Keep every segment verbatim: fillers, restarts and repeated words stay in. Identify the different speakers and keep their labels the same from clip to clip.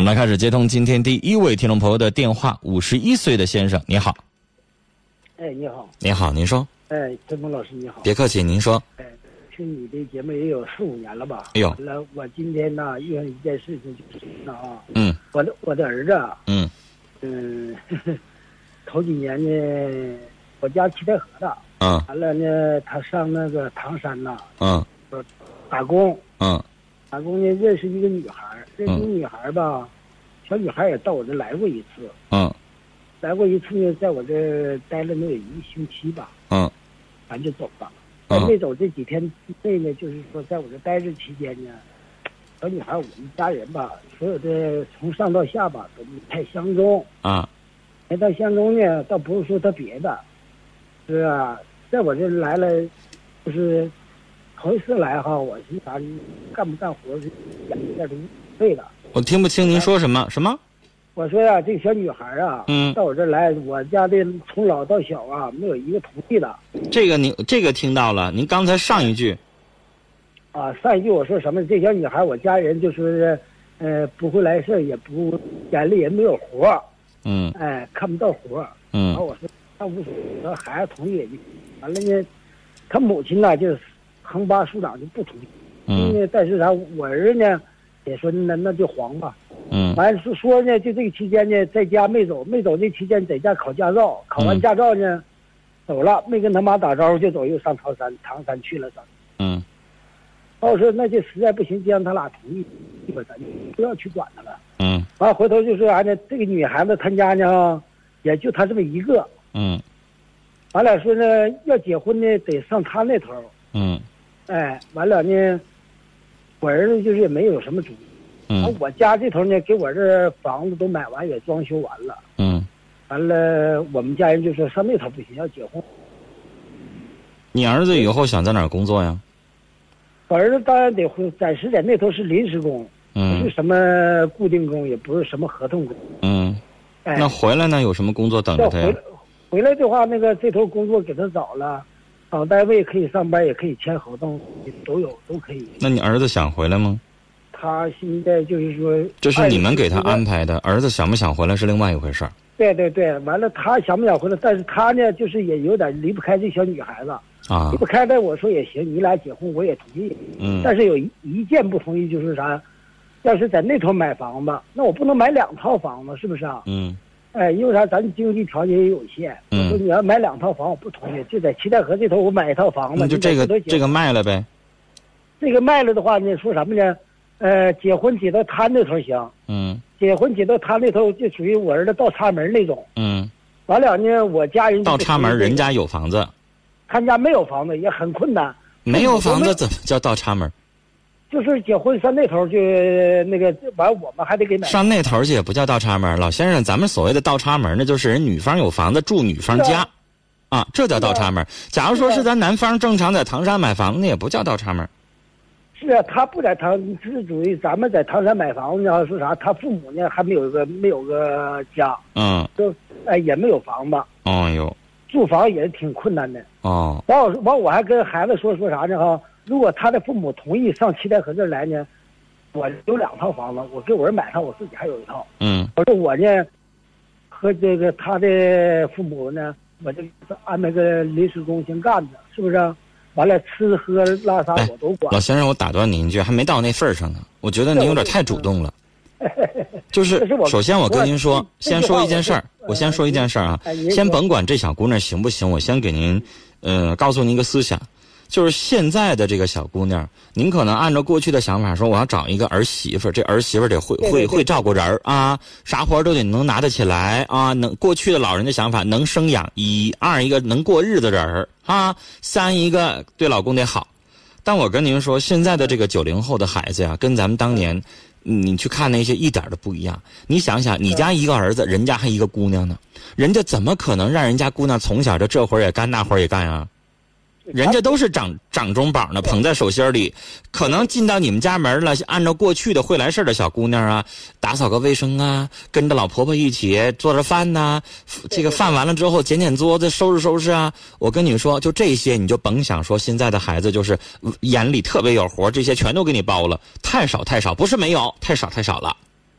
Speaker 1: 们来开始接通今天第一位听众朋友的电话，五十一岁的先生，你好。
Speaker 2: 哎，你好。
Speaker 1: 你好，您说。
Speaker 2: 哎，陈峰老师你好。
Speaker 1: 别客气，您说。
Speaker 2: 哎，听你的节目也有四五年了吧？
Speaker 1: 哎呦。
Speaker 2: 完了，我今天呢遇上一件事情就是呢啊。
Speaker 1: 嗯。
Speaker 2: 我的我的儿子。
Speaker 1: 嗯。
Speaker 2: 嗯，呵呵头几年呢，我家七台河的。
Speaker 1: 嗯。
Speaker 2: 完了呢，他上那个唐山呐。
Speaker 1: 嗯。
Speaker 2: 打工。
Speaker 1: 嗯。
Speaker 2: 打工呢，认识一个女孩，认识一个女孩吧，小女孩也到我这来过一次。
Speaker 1: 嗯。
Speaker 2: 来过一次呢，在我这待了能有一个星期吧。
Speaker 1: 嗯。
Speaker 2: 咱就走了。在没走这几天内呢，就是说在我这待着期间呢，小女孩我们家人吧，所有的从上到下吧都不太相中。
Speaker 1: 啊。
Speaker 2: 没太相中呢，倒不是说他别的，是啊，在我这来了，就是头一次来哈，我寻思干不干活是养一点都无所谓的。
Speaker 1: 我听不清您说什么什么？
Speaker 2: 我说呀、啊，这个小女孩啊，
Speaker 1: 嗯，
Speaker 2: 到我这来，我家的从老到小啊，没有一个同意的。
Speaker 1: 这个您这个听到了，您刚才上一句。
Speaker 2: 啊，上一句我说什么？这小女孩，我家人就说是，呃，不会来事，也不眼里也没有活。
Speaker 1: 嗯。
Speaker 2: 哎，看不到活。
Speaker 1: 嗯。
Speaker 2: 然后我说那无所谓，我说孩子同意也就完了呢。他母亲呢，就是横八竖长就不同意。
Speaker 1: 嗯。
Speaker 2: 呢，但是啥，我儿子呢，也说那那就黄吧。
Speaker 1: 嗯。
Speaker 2: 完是说呢，就这个期间呢，在家没走，没走这期间在家考驾照，考完驾照呢，嗯、走了，没跟他妈打招呼就走，又上唐山，唐山去了咱。
Speaker 1: 嗯。
Speaker 2: 我说那就实在不行，就让他俩同意，基本咱就不要去管他了。
Speaker 1: 嗯。
Speaker 2: 完回头就说啥呢？这个女孩子她家呢，也就她这么一个。
Speaker 1: 嗯。
Speaker 2: 完了说呢，要结婚呢，得上她那头。
Speaker 1: 嗯。
Speaker 2: 哎，完了呢，我儿子就是也没有什么主意。
Speaker 1: 嗯。
Speaker 2: 我家这头呢，给我这房子都买完，也装修完了。
Speaker 1: 嗯。
Speaker 2: 完了，我们家人就说上那头不行，要结婚。
Speaker 1: 你儿子以后想在哪儿工作呀？
Speaker 2: 我儿子当然得暂时在那头是临时工，
Speaker 1: 嗯，
Speaker 2: 不是什么固定工，也不是什么合同工。
Speaker 1: 嗯。
Speaker 2: 哎，
Speaker 1: 那回来呢？有什么工作等着他呀？
Speaker 2: 回来回来的话，那个这头工作给他找了，找单位可以上班，也可以签合同，都有都可以。
Speaker 1: 那你儿子想回来吗？
Speaker 2: 他现在就是说，
Speaker 1: 这是你们给他安排的，儿子想不想回来是另外一回事儿。
Speaker 2: 对对对，完了他想不想回来？但是他呢，就是也有点离不开这小女孩子
Speaker 1: 啊。
Speaker 2: 离不开的，我说也行，你俩结婚我也同意。
Speaker 1: 嗯。
Speaker 2: 但是有一一件不同意，就是啥？要是在那头买房子，那我不能买两套房子，是不是啊？
Speaker 1: 嗯。
Speaker 2: 哎，因为啥？咱经济条件也有限。
Speaker 1: 嗯。
Speaker 2: 我说你要买两套房，我不同意。就在七台河这头，我买一套房子。
Speaker 1: 那就这个这个卖了呗。
Speaker 2: 这个卖了的话呢，说什么呢？呃，结婚结到他那头行。
Speaker 1: 嗯。
Speaker 2: 结婚结到他那头，就属于我儿子倒插门那种。
Speaker 1: 嗯。
Speaker 2: 完了呢，我家人
Speaker 1: 倒插门，人家有房子。
Speaker 2: 他家没有房子，也很困难。
Speaker 1: 没有房子怎么叫倒插门？
Speaker 2: 就是结婚上那头就那个完，我们还得给买。
Speaker 1: 上那头去也不叫倒插门，老先生，咱们所谓的倒插门，那就是人女方有房子住女方家，啊, 啊，这叫倒插门。假如说是咱男方正常在唐山买房子，那也不叫倒插门。
Speaker 2: 是啊，他不在唐，是属于咱们在唐山买房子呢，说啥？他父母呢还没有个没有个家，
Speaker 1: 嗯，
Speaker 2: 就哎也没有房子。
Speaker 1: 哦哟，
Speaker 2: 住房也挺困难的。
Speaker 1: 哦，
Speaker 2: 完我完我还跟孩子说说啥呢哈？如果他的父母同意上七台河这儿来呢，我有两套房子，我给我儿买套，我自己还有一套。
Speaker 1: 嗯，
Speaker 2: 我说我呢和这个他的父母呢，我就安排个临时工先干着，是不是？完了吃喝拉撒我都管。
Speaker 1: 老先生，我打断您一句，还没到那份儿上呢。我觉得您有点太主动了。就是首先我跟您说，先说一件事儿，我先说一件事儿啊，先甭管这小姑娘行不行，我先给您呃告诉您一个思想。就是现在的这个小姑娘，您可能按照过去的想法说，我要找一个儿媳妇，这儿媳妇得会会会照顾人啊，啥活都得能拿得起来啊，能过去的老人的想法，能生养一，二一个能过日子人啊，三一个对老公得好。但我跟您说，现在的这个九零后的孩子呀，跟咱们当年你去看那些一点都不一样。你想想，你家一个儿子，人家还一个姑娘呢，人家怎么可能让人家姑娘从小就这活也干那活也干啊？人家都是掌掌中宝呢，捧在手心里。可能进到你们家门了，按照过去的会来事的小姑娘啊，打扫个卫生啊，跟着老婆婆一起做着饭呐、啊，这个饭完了之后捡捡桌子，收拾收拾啊。我跟你说，就这些，你就甭想说现在的孩子就是眼里特别有活，这些全都给你包了，太少太少，不是没有，太少太少了。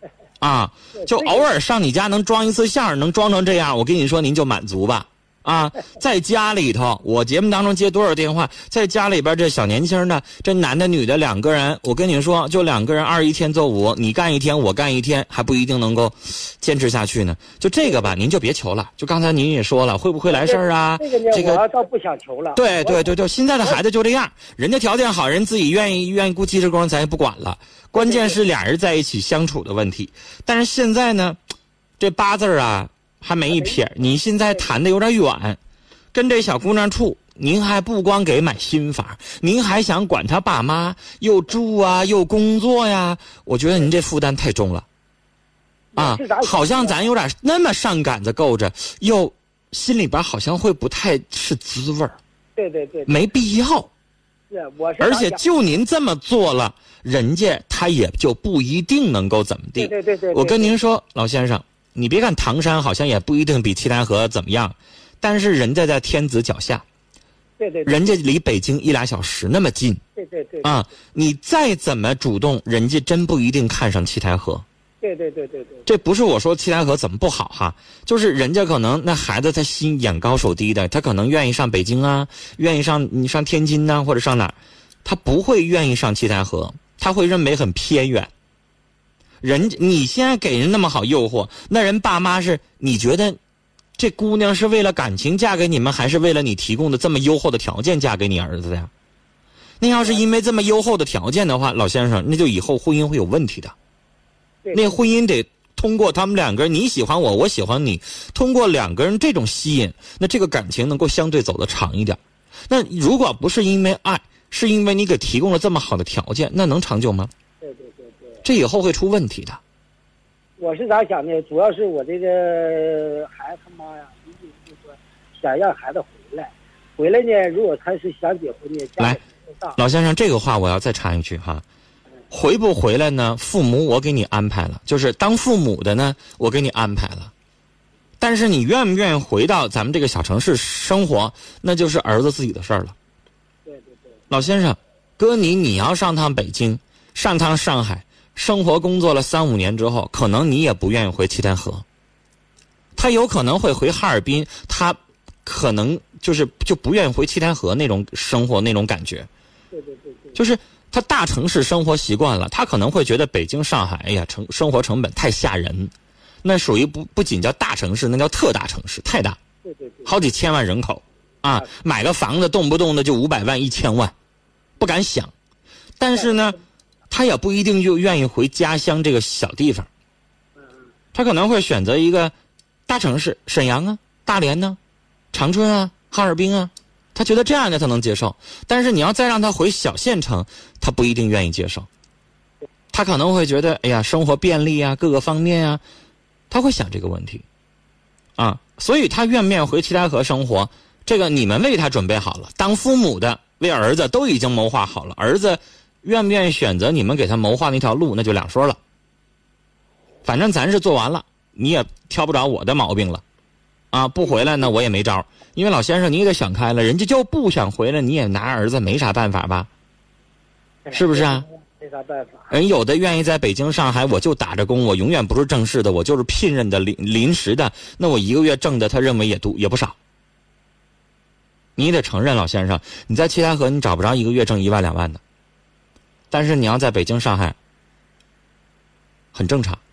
Speaker 1: 啊，就偶尔上你家能装一次线，能装成这样，我跟你说您就满足吧。啊，在家里头，我节目当中接多少电话，在家里边这小年轻的，这男的女的两个人，我跟你说，就两个人二一天做五，你干一天，我干一天，还不一定能够坚持下去呢。就这个吧，您就别求了。就刚才您也说了，会不会来事儿啊？
Speaker 2: 这个呢，这个我倒不想求了。
Speaker 1: 对对对对，现在的孩子就这样，人家条件好，人自己愿意愿意雇汽车工，咱也不管了。关键是俩人在一起相处的问题。但是现在呢，这八字啊。还没一撇，你现在谈的有点远，跟这小姑娘处，您还不光给买新房，您还想管她爸妈，又住啊，又工作呀，我觉得您这负担太重了，啊，好像咱有点那么上杆子够着，又心里边好像会不太是滋味儿，
Speaker 2: 对对对，
Speaker 1: 没必要，
Speaker 2: 是我是，
Speaker 1: 而且就您这么做了，人家他也就不一定能够怎么地，
Speaker 2: 对对对对，
Speaker 1: 我跟您说，老先生。你别看唐山好像也不一定比七台河怎么样，但是人家在天子脚下，
Speaker 2: 对对，对
Speaker 1: 人家离北京一俩小时那么近，
Speaker 2: 对对对，
Speaker 1: 啊，你再怎么主动，人家真不一定看上七台河。
Speaker 2: 对对对对对，
Speaker 1: 这不是我说七台河怎么不好哈，就是人家可能那孩子他心眼高手低的，他可能愿意上北京啊，愿意上你上天津呐、啊，或者上哪儿，他不会愿意上七台河，他会认为很偏远。人你现在给人那么好诱惑，那人爸妈是你觉得这姑娘是为了感情嫁给你们，还是为了你提供的这么优厚的条件嫁给你儿子呀？那要是因为这么优厚的条件的话，老先生，那就以后婚姻会有问题的。那婚姻得通过他们两个人，你喜欢我，我喜欢你，通过两个人这种吸引，那这个感情能够相对走得长一点。那如果不是因为爱，是因为你给提供了这么好的条件，那能长久吗？
Speaker 2: 对对对对，
Speaker 1: 这以后会出问题的。
Speaker 2: 我是咋想的？主要是我这个孩子他妈呀，就是说想让孩子回来，回来呢，如果他是想结婚呢，
Speaker 1: 来，老先生，这个话我要再插一句哈，回不回来呢？父母我给你安排了，就是当父母的呢，我给你安排了。但是你愿不愿意回到咱们这个小城市生活，那就是儿子自己的事儿了。
Speaker 2: 对对对，
Speaker 1: 老先生，哥你你要上趟北京，上趟上海。生活工作了三五年之后，可能你也不愿意回七台河，他有可能会回哈尔滨，他可能就是就不愿意回七台河那种生活那种感觉。
Speaker 2: 对对对对，
Speaker 1: 就是他大城市生活习惯了，他可能会觉得北京、上海，哎呀，成生活成本太吓人，那属于不不仅叫大城市，那叫特大城市，太大，
Speaker 2: 对对对，
Speaker 1: 好几千万人口啊，买个房子动不动的就五百万、一千万，不敢想。但是呢。他也不一定就愿意回家乡这个小地方，他可能会选择一个大城市，沈阳啊、大连呢、啊、长春啊、哈尔滨啊，他觉得这样的他能接受。但是你要再让他回小县城，他不一定愿意接受。他可能会觉得，哎呀，生活便利啊，各个方面啊，他会想这个问题啊，所以他愿不愿意回七台河生活，这个你们为他准备好了，当父母的为儿子都已经谋划好了，儿子。愿不愿意选择你们给他谋划那条路，那就两说了。反正咱是做完了，你也挑不着我的毛病了，啊，不回来呢我也没招，因为老先生你也得想开了，人家就不想回来，你也拿儿子没啥办法吧？是不是啊？
Speaker 2: 没啥办法。
Speaker 1: 人有的愿意在北京、上海，我就打着工，我永远不是正式的，我就是聘任的临临时的，那我一个月挣的，他认为也多也不少。你得承认，老先生，你在七台河你找不着一个月挣一万两万的。但是你要在北京、上海，很正常。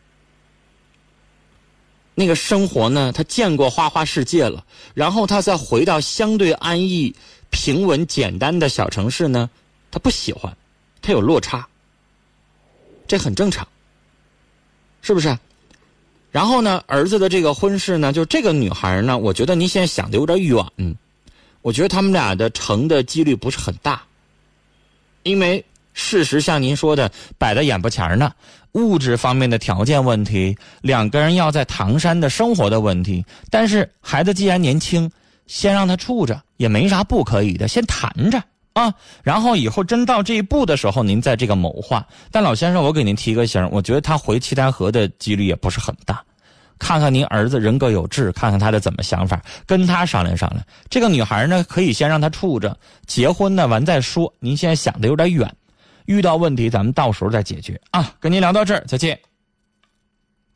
Speaker 1: 那个生活呢，他见过花花世界了，然后他再回到相对安逸、平稳、简单的小城市呢，他不喜欢，他有落差，这很正常，是不是？然后呢，儿子的这个婚事呢，就这个女孩呢，我觉得您现在想的有点远，我觉得他们俩的成的几率不是很大，因为。事实像您说的摆在眼巴前呢，物质方面的条件问题，两个人要在唐山的生活的问题，但是孩子既然年轻，先让他处着也没啥不可以的，先谈着啊，然后以后真到这一步的时候您再这个谋划。但老先生我给您提个醒，我觉得他回七台河的几率也不是很大，看看您儿子人格有志，看看他的怎么想法，跟他商量商量。这个女孩呢可以先让他处着，结婚呢完再说，您现在想的有点远，遇到问题咱们到时候再解决啊！跟您聊到这儿，再见。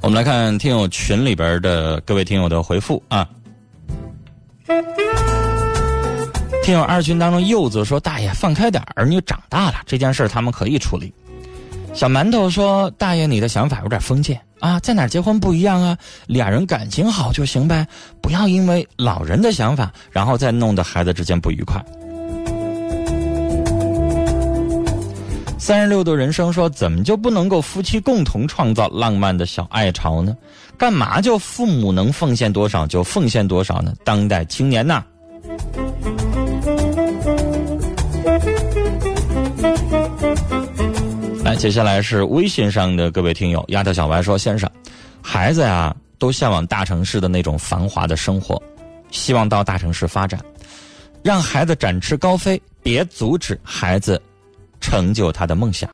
Speaker 1: 我们来看听友群里边的各位听友的回复啊。听友二群当中柚子说，大爷放开点，儿女长大了，这件事他们可以处理。小馒头说，大爷你的想法有点封建啊，在哪儿结婚不一样啊，俩人感情好就行呗，不要因为老人的想法然后再弄得孩子之间不愉快。三十六度人生说，怎么就不能够夫妻共同创造浪漫的小爱巢呢？干嘛就父母能奉献多少就奉献多少呢？当代青年呐。来，接下来是微信上的各位听友，丫头小白说，先生，孩子呀都向往大城市的那种繁华的生活，希望到大城市发展，让孩子展翅高飞，别阻止孩子成就他的梦想。